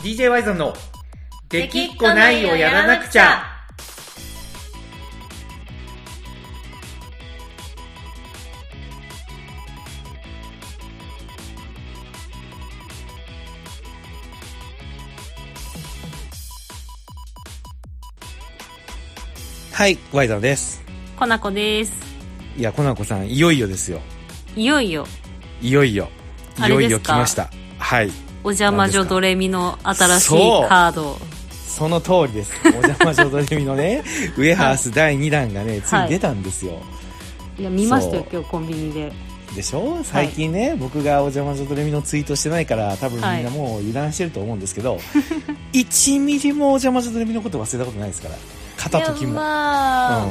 DJ ワイゾンのできっこないをやらなくちゃ。はい、ワイゾンです。 コナコです。 いや、コナコさん、いよいよですよ。 いよいよ来ました。 はい。 お邪魔女ドレミの新しいカード。 その通りです。お邪魔女ドレミのねウエハース第2弾がね、ついに出たんですよ。 いや、見ましたよ、今日コンビニで。 でしょ。最近ね、僕がお邪魔女ドレミのツイートしてないから多分みんなもう油断してると思うんですけど、1ミリもお邪魔女ドレミのこと忘れたことないですから。片時も。 まあ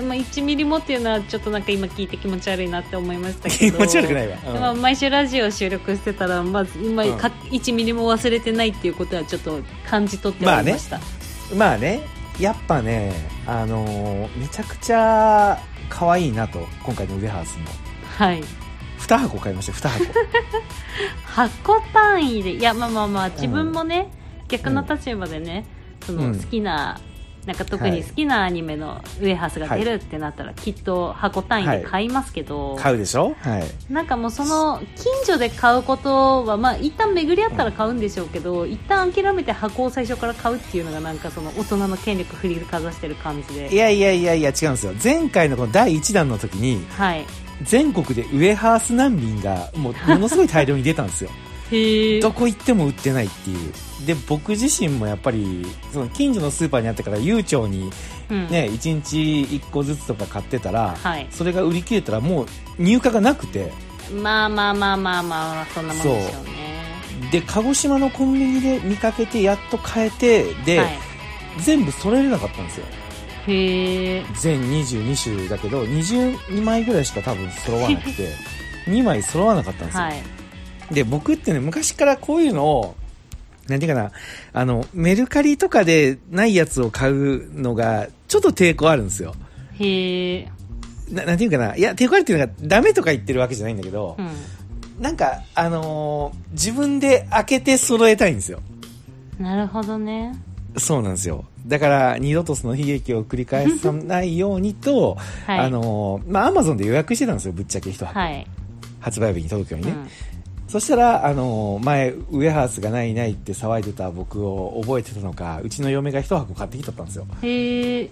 1ミリもっていうのはちょっとなんか今聞いて気持ち悪いなって思いましたけど。 気持ち悪くないわ。 毎週ラジオ収録してたらまず今、1ミリも忘れてないっていうことはちょっと感じ取っておりました。 まあね、やっぱね、めちゃくちゃ可愛いなと、今回のウエハースの。 はい。 2箱買いました。2箱。 箱単位で、いや、まあ自分もね、逆の立場でね、その好きな、なんか特に好きなアニメのウエハースが出るってなったら、きっと箱単位で買いますけど、 買うでしょ。はい。 なんかもうその近所で買うことは、まあ一旦巡り合ったら買うんでしょうけど、一旦諦めて箱を最初から買うっていうのがなんかその大人の権力振りかざしてる感じで。いや違うんですよ。前回のこの第1弾の時に、はい、全国でウエハース難民がものすごい大量に出たんですよ。どこ行っても売ってないっていう。で、僕自身もやっぱりその近所のスーパーにあってから悠長にね、1日1個ずつとか買ってたら、それが売り切れたらもう入荷がなくて、 まあそんなもんでしょうね。 で、鹿児島のコンビニで見かけてやっと買えて、で、全部揃えれなかったんですよ。全22種だけど22枚ぐらいしか多分揃わなくて2枚揃わなかったんですよ。で、僕ってね、昔からこういうのをなんていうかな、メルカリとかでないやつを買うのがちょっと抵抗あるんですよ。なんていうかな、いや、抵抗あるっていうのがダメとか言ってるわけじゃないんだけど、なんか自分で開けて揃えたいんですよ。 なるほどね。 そうなんですよ。だから二度とその悲劇を繰り返さないようにと、Amazon で予約してたんですよ、ぶっちゃけ一箱、発売日に届くようにね。そしたら前ウエハースがないって騒いでた僕を覚えてたのか、うちの嫁が一箱買ってきとったんですよ。で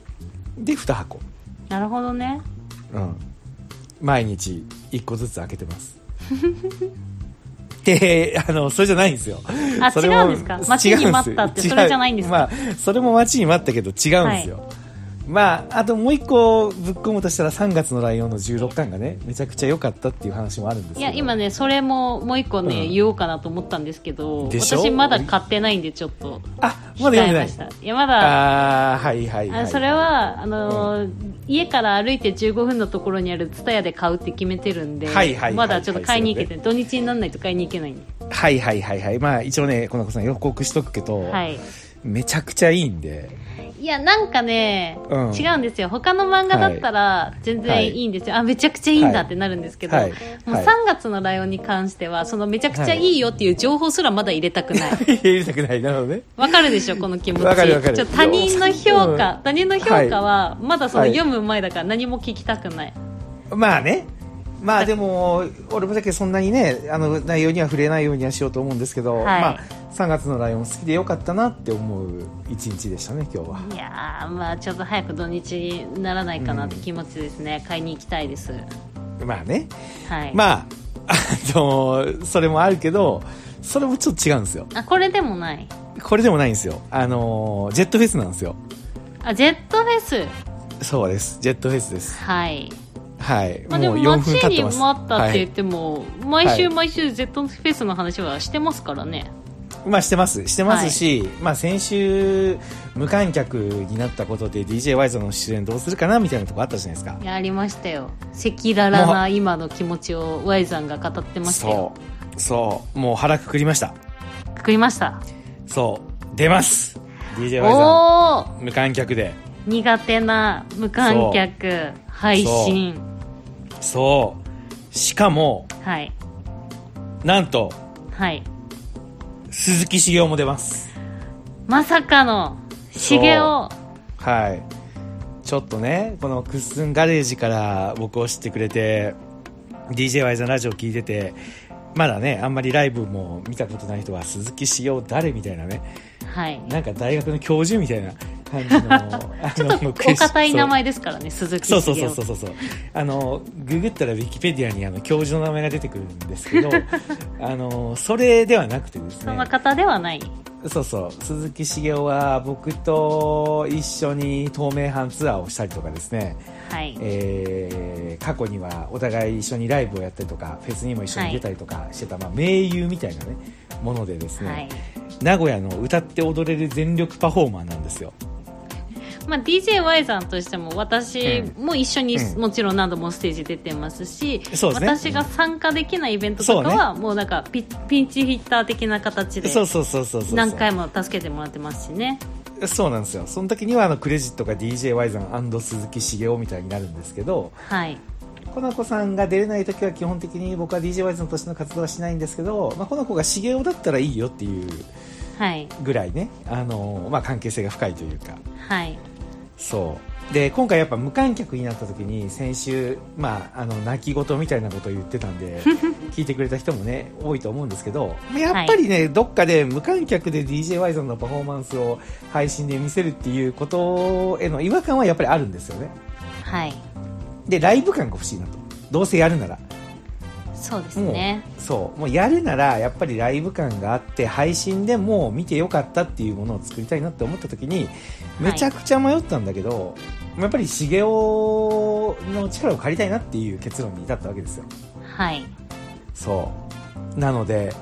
2箱。 なるほどね。 毎日1個ずつ開けてますで、それじゃないんですよ。 それも違うんですか。待ちに待ったってそれじゃないんですか。 それも待ちに待ったけど違うんですよ。あともう一個ぶっ込むとしたら3月のライオンの16巻がね、めちゃくちゃ良かったっていう話もあるんですけど。 いや、今ね、それももう一個ね、言おうかなと思ったんですけど、私まだ買ってないんでちょっとまだ読んでない。 いや、まだそれは家から歩いて15分のところにあるツタヤで買うって決めてるんで、まだちょっと買いに行けて、土日にならないと買いに行けないんで。 まあ一応ね、この子さん予告しとくけど、めちゃくちゃいいんで。 いや、なんかね、違うんですよ。他の漫画だったら全然いいんですよ。めちゃくちゃいいんだってなるんですけど、もう3月のライオンに関しては、そのめちゃくちゃいいよっていう情報すらまだ入れたくない。 入れたくない。なるほどね。 わかるでしょ、この気持ち。 わかる。 他人の評価は、まだその読む前だから何も聞きたくない。 まあね。でも俺もだけそんなにね、内容には触れないようにはしようと思うんですけど、3月のライオン好きでよかったなって思う一日でしたね、今日は。 いやちょっと早く土日にならないかなって気持ちですね。買いに行きたいです。 まあね、それもあるけど、それもちょっと違うんですよ。 これでもない。 これでもないんですよ。ジェットフェスなんですよ。 ジェットフェス。 そうです、ジェットフェスです。 でも待ちに待ったって言っても、毎週ジェットフェスの話はしてますからね。 してますし、先週無観客になったことで DJ ワイゾの出演どうするかなみたいなとこあったじゃないですか。 ありましたよ。赤裸々な今の気持ちをワイさんが語ってましたよ。 そうもう腹くくりました。そう出ます。 DJ ワイゾン無観客で。 苦手な無観客配信。 しかも、なんと、鈴木茂雄も出ます。 まさかのしげお。 はい。ちょっとね、このクッスンガレージから僕を知ってくれて DJY さんラジオ聞いてて、まだねあんまりライブも見たことない人は鈴木茂雄誰みたいなね、 はい、 なんか大学の教授みたいな感じのちょっとお堅い名前ですからね、鈴木茂雄。 そうググったらウィキペディアに教授の名前が出てくるんですけどそれではなくてですね、 その方ではない。 そう鈴木茂雄は僕と一緒に東名阪ツアーをしたりとかですね、はい、過去にはお互い一緒にライブをやったりとかフェスにも一緒に出たりとかしてた、まあ、盟友みたいな、ね、ものでですね、はい、名古屋の歌って踊れる全力パフォーマーなんですよ。 まあ、DJY さんとしても私も一緒にもちろん何度もステージ出てますし、ね、私が参加できないイベントとかはもうなんかピンチヒッター的な形で何回も助けてもらってますしね。 そうなんですよ。その時にはクレジットが DJY さん&鈴木茂雄みたいになるんですけど、はい、この子さんが出れない時は基本的に僕は DJY さんとしての活動はしないんですけど、まあ、この子が茂雄だったらいいよっていうぐらいね、まあ、関係性が深いというか、はい、そうで今回やっぱ無観客になった時に先週、まあ、泣き言みたいなことを言ってたんで聞いてくれた人もね多いと思うんですけど、やっぱりね、はい、どっかで無観客で DJY さんのパフォーマンスを配信で見せるっていうことへの違和感はやっぱりあるんですよね。はい。でライブ感が欲しいなと、どうせやるなら。 そうですね。 もうやるならやっぱりライブ感があって配信でも見てよかったっていうものを作りたいなって思った時にめちゃくちゃ迷ったんだけど、はい、やっぱり茂雄の力を借りたいなっていう結論に至ったわけですよ。はい。そうなので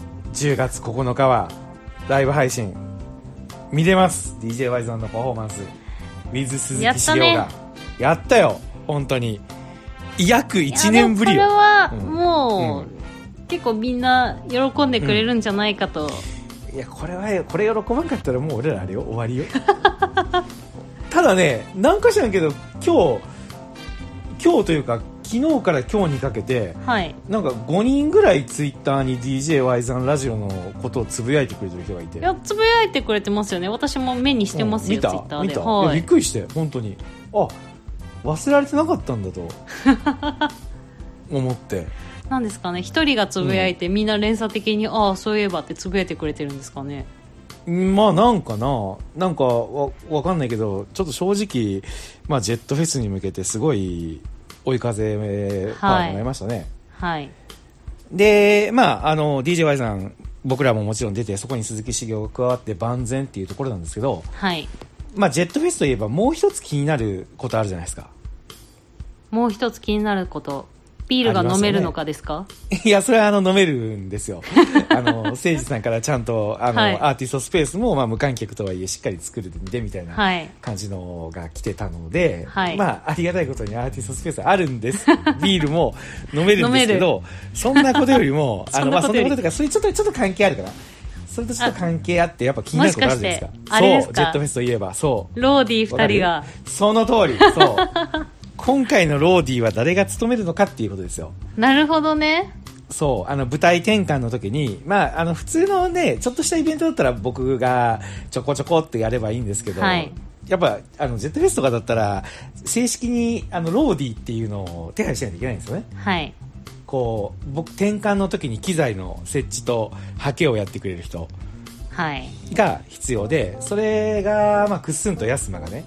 10月9日はライブ配信見れます。 DJY さんのパフォーマンス with 鈴木茂雄がやったよ。本当に約1年ぶりよ。 これはもう、結構みんな喜んでくれるんじゃないかと、 いやこれ喜ばんかったらもう俺らあれよ終わりよただね、なんか知らんけど今日というか昨日から今日にかけて、はい、なんか5人ぐらいツイッターに DJY さんラジオのことをつぶやいてくれてる人がいて、 いやつぶやいてくれてますよね。私も目にしてますよ、ツイッターで。 はい、いやびっくりして本当に忘れられてなかったんだと思ってなんですかね、一人がつぶやいて、みんな連鎖的にそういえばってつぶやいてくれてるんですかね。 まあなんかわかんないけどちょっと正直、まあ、ジェットフェスに向けてすごい追い風パワーもらいましたね。はい、でまあDJY さん僕らももちろん出てそこに鈴木茂雄が加わって万全っていうところなんですけど、はい、まあ、ジェットフェスといえばもう一つ気になることあるじゃないですか。 もう一つ気になること、ビールが飲めるのかですか？ いやそれは飲めるんですよ誠司さんからちゃんとはい、アーティストスペースも、まあ、無観客とはいえしっかり作るんでみたいな感じのが来てたので、はい、まあ、ありがたいことにアーティストスペースあるんですビールも飲めるんですけどそんなことよりもそんなこととかそれちょっと関係あるかな。それとちょっと関係あってやっぱ気になることあるじゃないですか。 あれですか、 そうジェットフェスといえばそうローディー2人がその通りそう今回のローディーは誰が務めるのかっていうことですよ。 なるほどね。 そう舞台転換の時に、まあ、普通のねちょっとしたイベントだったら僕がちょこちょこってやればいいんですけど、はい、やっぱジェットフェスとかだったら正式にローディーっていうのを手配しないといけないんですよね。はいこう僕転換の時に機材の設置とハケをやってくれる人が必要で、それが、まあ、クッスンとヤスマがね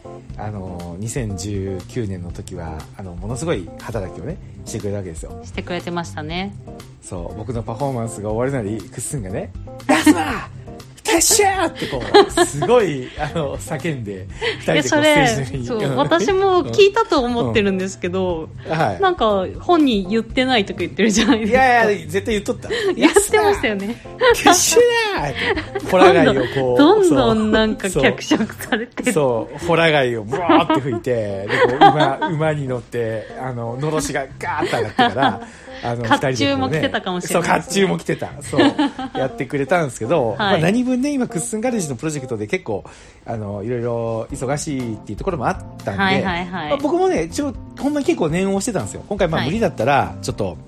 2019年の時はものすごい働きをねしてくれたわけですよ。 してくれてましたね。 そう僕のパフォーマンスが終わるなりクッスンがねヤスマよっしゃーってこうすごい叫んで2人でこうステージにそう私も聞いたと思ってるんですけど、はい、なんか本人言ってないとか言ってるじゃないですか。 いや絶対言っとった言ってましたよね。 よっしゃーってホラ貝をこうどんどんなんか脚色されてる。 そうホラ貝をブワーって吹いてでこう馬に乗ってのろしがガーッと上がってから甲冑も着てたかもしれない、 ね、そう甲冑も着てたそうやってくれたんですけど、はいまあ、何分ね今クッスンガレージのプロジェクトで結構いろいろ忙しいっていうところもあったんで、はいはいはいまあ、僕もねほんまに結構念を押してたんですよ。今回まあ無理だったらちょっと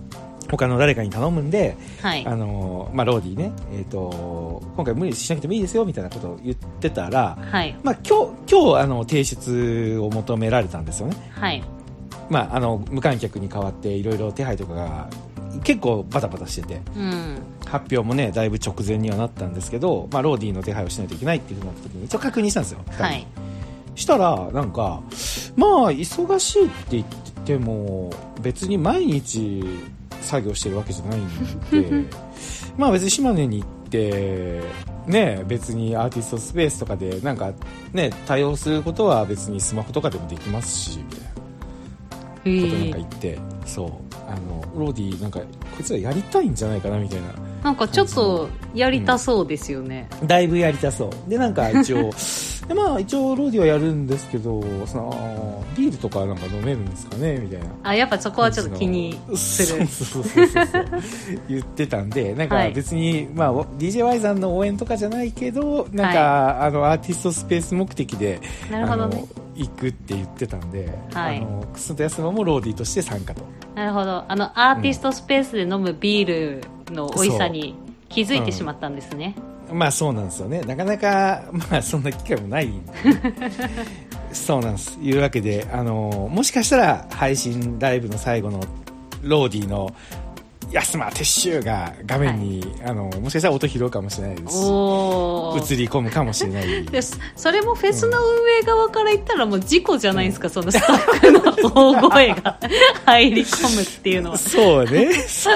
他の誰かに頼むんで、 はい、 ローディーね、今回無理しなくてもいいですよみたいなことを言ってたら、 はい、 今日提出を求められたんですよね。 はい、 無観客に代わっていろいろ手配とかが結構バタバタしてて、 うん、 発表もねだいぶ直前にはなったんですけど、ローディーの手配をしないといけないっていうふうになった時に一応確認したんですよ。 はい、 したらなんか忙しいって言っても別に毎日作業してるわけじゃないんで別に島根に行ってね、別にアーティストスペースとかでなんかね対応することは別にスマホとかでもできますしみたいなことなんか言って、そうローディーなんかこいつらやりたいんじゃないかなみたいな、 なんかちょっとやりたそうですよね、 だいぶやりたそうで、なんか一応で一応ローディーはやるんですけどビールとかなんか飲めるんですかねみたいな、 やっぱそこはちょっと気にするそう言ってたんで、なんか別に、DJY さんの応援とかじゃないけどなんか、アーティストスペース目的でなるほど、ね、 行くって言ってたんで、 クスンとヤスマもローディーとして参加と。 なるほど、アーティストスペースで飲むビールの美味しさに気づいてしまったんですね。 そうなんですよね、なかなかそんな機会もないそうなんです。いうわけでもしかしたら配信ライブの最後のローディーの安間撤収が画面に、もしかしたら音拾うかもしれないですし、映り込むかもしれないでそれもフェスの運営側から言ったらもう事故じゃないですか、そのスタッフの大声が入り込むっていうのは。 そうね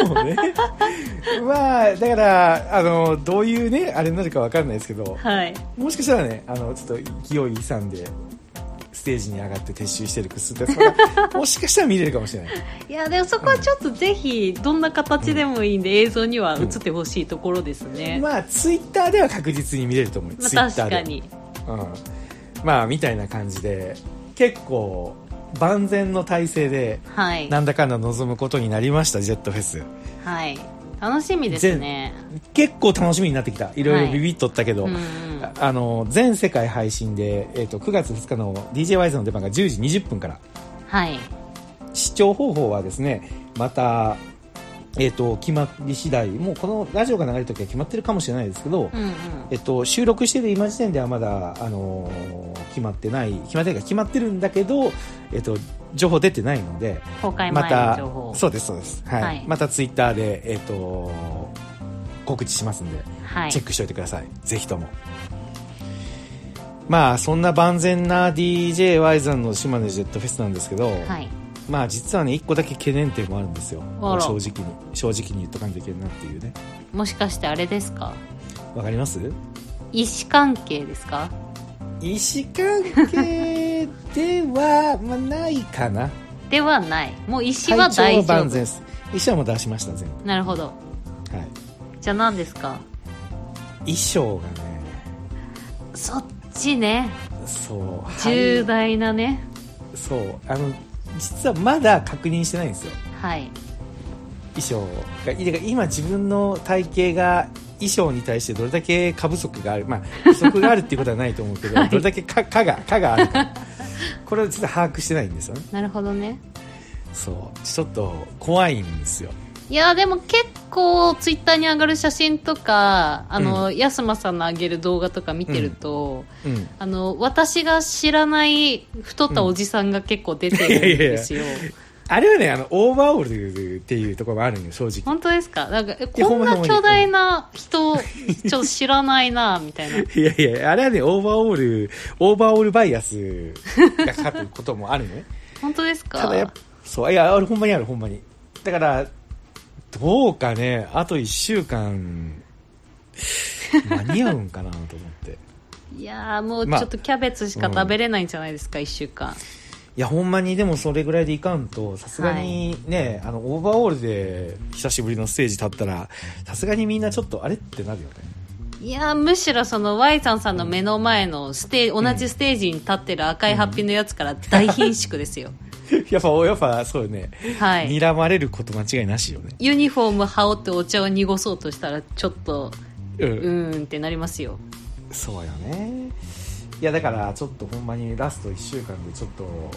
だからどういうねあれになるか分かんないですけど、もしかしたらねちょっと勢い勇んでステージに上がって撤収してるクスってもしかしたら見れるかもしれない。 いやでもそこはちょっとぜひどんな形でもいいんで、映像には映ってほしいところですね。 ツイッターでは確実に見れると思う、 確かに、 みたいな感じで結構万全の体制で、なんだかんだ臨むことになりました、ジェットフェス。 楽しみですね。 結構楽しみになってきた。いろいろビビっとったけど、全世界配信で、9月2日の DJY の出番が10時20分から、視聴方法はですねまた、決まり次第、もうこのラジオが流れるときは決まってるかもしれないですけど、収録している今時点ではまだ、決まってるんだけど、情報出てないので、 公開前の情報、 そうです、またツイッターで、告知しますんで、チェックしておいてください、ぜひとも。そんな万全な DJY さんの島根ジェットフェスなんですけど、実はね1個だけ懸念点もあるんですよ。正直に言っとかんといけないなっていうね。 もしかしてあれですか？ わかります？ 医師関係ですか？ 医師関係ではないかな。 ではない。もう医師は大丈夫。 万全です。医師はもう出しました全部。 なるほど。じゃあ何ですか？ 衣装がね。 そっちね。 そう。 重大なね。 そう。実はまだ確認してないんですよ。衣装が今自分の体型が衣装に対してどれだけ過不足がある、不足があるっていうことはないと思うけど、どれだけ過があるかこれを実は把握してないんですよね。 なるほどね。 そうちょっと怖いんですよ。 いやでも結構ツイッターに上がる写真とか安間さんの上げる動画とか見てると、私が知らない太ったおじさんが結構出てるんですよ。 あれはねオーバーオールっていうところもあるんよ正直。 本当ですか？なんかこんな巨大な人ちょっと知らないなみたいな。 いやあれはねオーバーオールバイアスがかかることもあるね。 本当ですか？ ただそういやあれほんまにあるほんまに。だからどうかねあと1週間間に合うんかなと思って。 いやもうちょっとキャベツしか食べれないんじゃないですか、1週間。 いやほんまにでもそれぐらいでいかんとさすがにね、オーバーオールで久しぶりのステージ立ったらさすがにみんなちょっとあれってなるよね。 いやむしろその Y さんの目の前の同じステージに立ってる赤いハッピーのやつから大貧縮ですよ。 やっぱそうよね、睨まれること間違いなしよね。 ユニフォーム羽織ってお茶を濁そうとしたらちょっとってなりますよ。 そうよね。いやだからちょっとほんまにラスト1週間でちょっと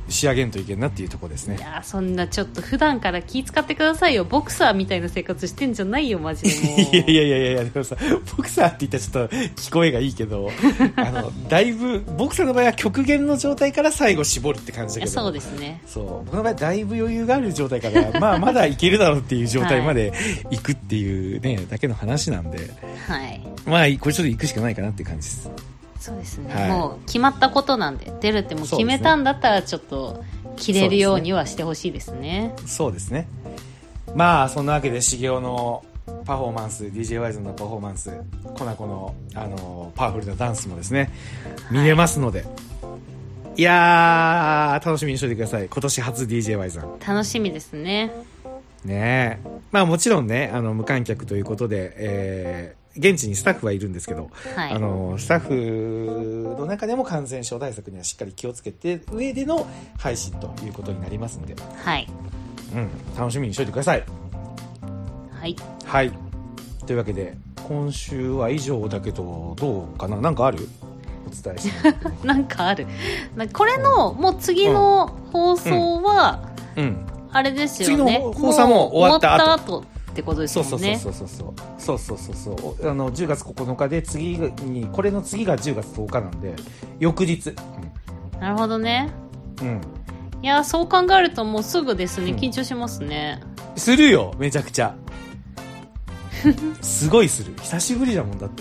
仕上げんといけんなっていうところですね。 いやそんなちょっと普段から気使ってくださいよ。ボクサーみたいな生活してんじゃないよマジで。もういやでもさ、ボクサーって言ったらちょっと聞こえがいいけどだいぶボクサーの場合は極限の状態から最後絞るって感じだけど、 そうですね。 そう僕の場合だいぶ余裕がある状態からまだいけるだろうっていう状態まで行くっていうね、だけの話なんで、 はい、 まあこれちょっと行くしかないかなっていう感じです。 そうですね、はい、もう決まったことなんで、出るってもう決めたんだったらちょっと切れるようにはしてほしいですね。 そうですね。まあそんなわけで茂雄のパフォーマンス、 DJ ワイズのパフォーマンス、コナコの、パワフルなダンスもですね見れますので、はい、いやー楽しみにしておいてください。今年初 DJ ワイズさん楽しみですね。 ねえ、まあもちろんね無観客ということで、現地にスタッフはいるんですけど、はい、スタッフの中でも感染症対策にはしっかり気をつけて上での配信ということになりますので、 はい、 楽しみにしておいてください。 はい、 はい、というわけで今週は以上だけど、どうかな、なんかある？お伝えしてなんかある。これの、もう次の放送は、あれですよね、 次の放送も終わった後ってことですよね。 そう10月9日で次に、これの次が10月10日なんで翌日、 なるほどね。いやそう考えるともうすぐですね。緊張しますね。するよ、めちゃくちゃすごいする。久しぶりだもんだって。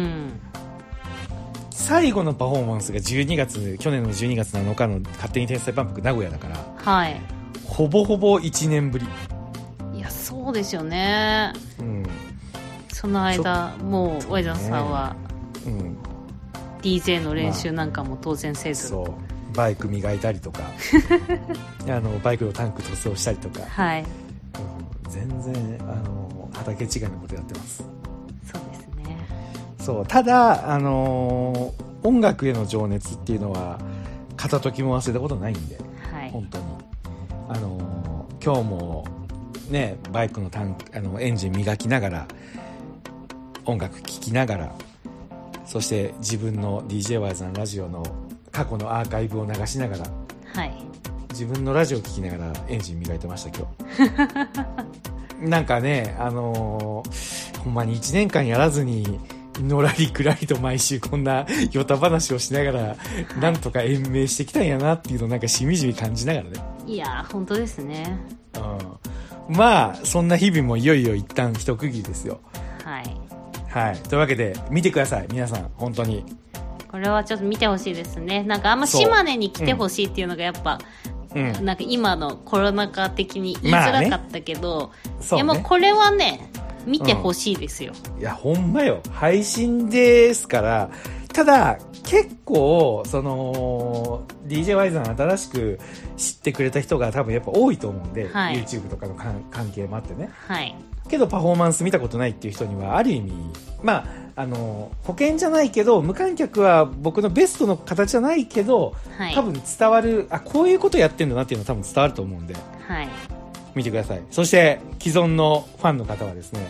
最後のパフォーマンスが去年の12月7日の勝手に天才万博名古屋だから、 はい、 ほぼほぼ1年ぶり。 いやそうですよね。その間もうワイザンさんは、DJ の練習なんかも当然せず、 そうバイク磨いたりとかバイクのタンク塗装したりとか、 はい、 全然畑違いのことやってます。 そうですね。 そうただ音楽への情熱っていうのは片時も忘れたことないんで、 はい、 本当に今日もねバイクのエンジン磨きながら音楽聴きながら、そして自分の DJ ワイズのラジオの過去のアーカイブを流しながら、 はい、 自分のラジオ聴きながらエンジン磨いてました今日なんかねほんまに1年間やらずにのらりくらりと毎週こんなヨタ話をしながら、なんとか延命してきたんやなっていうのをなんかしみじみ感じながらね。 いや本当ですね。 まあそんな日々もいよいよ一旦一区切りですよ。 はいはい、というわけで見てください皆さん。本当にこれはちょっと見てほしいですね。なんかあんま島根に来てほしいっていうのがやっぱ、なんか今のコロナ禍的に言いづらかったけど、でもこれはね見てほしいですよ。 いやほんまよ、配信ですから。ただ結構DJ ワイズン新しく知ってくれた人が多分やっぱ多いと思うんで、 はい、 YouTube とかの関係もあってね、 はい、 けどパフォーマンス見たことないっていう人にはある意味まあ保険じゃないけど無観客は僕のベストの形じゃないけど、はい、多分伝わる、こういうことやってんだなっていうのは多分伝わると思うんで、 はい、 見てください。そして既存のファンの方はですね、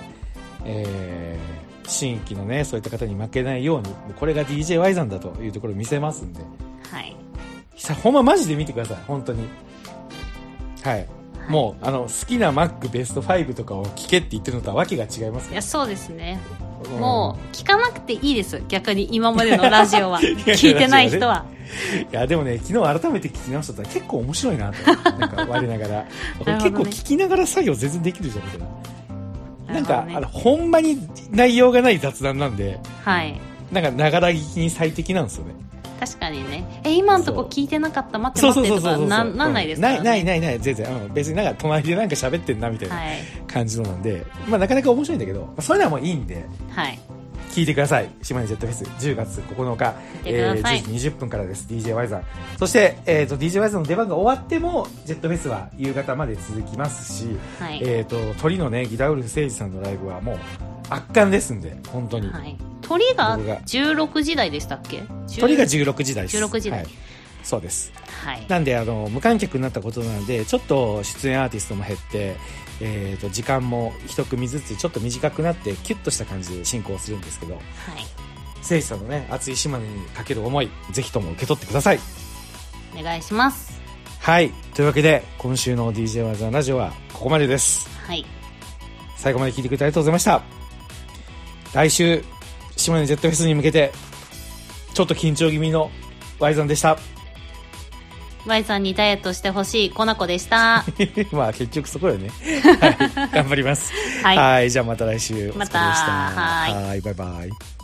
新規のねそういった方に負けないようにこれが DJ ワイザンだというところを見せますんで、 はい、 ほんまマジで見てください本当に。はい、もう好きな Mac ベスト5とかを聞けって言ってるのとはわけが違いますから。 いやそうですね、もう聞かなくていいです。逆に今までのラジオは聞いてない人は。 いやでもね昨日改めて聞き直したら結構面白いなとなんか我ながら結構聞きながら作業全然できるじゃんみたいな。なんかほんまに内容がない雑談なんで、 はい、 なんかながら聞きに最適なんですよね。 確かにね。今のとこ聞いてなかった、待って待ってとかなんないですからね。ない全然、別になんか隣でなんか喋ってんなみたいな感じのなんで、まあなかなか面白いんだけど、それではもういいんで、 はい、 聞いてください。島根ジェットフェス10月9日、10時20分からです。 DJ ワイザン。そして、DJ ワイザンの出番が終わってもジェットフェスは夕方まで続きますし、 はい、 鳥のねギターウルフ誠司さんのライブはもう圧巻ですんで本当に、 はい、鳥が16時台でしたっけ？ 鳥が16時台です。 16時台、はい、 そうです、 はい、 なんで無観客になったことなのでちょっと出演アーティストも減って、時間も一組ずつちょっと短くなってキュッとした感じで進行するんですけど、はい、誠司さんのね熱い島根にかける思いぜひとも受け取ってください。 お願いします。 はい。というわけで、今週の DJ ワザラジオはここまでです。 はい。 最後まで聞いてくれてありがとうございました。来週、島根ジェットフェスに向けて、ちょっと緊張気味の Y さんでした。 Y さんにダイエットしてほしいコナコでした。 まあ結局そこよね。はい。頑張ります。はい。じゃあまた来週。 また。 はい。バイバイ。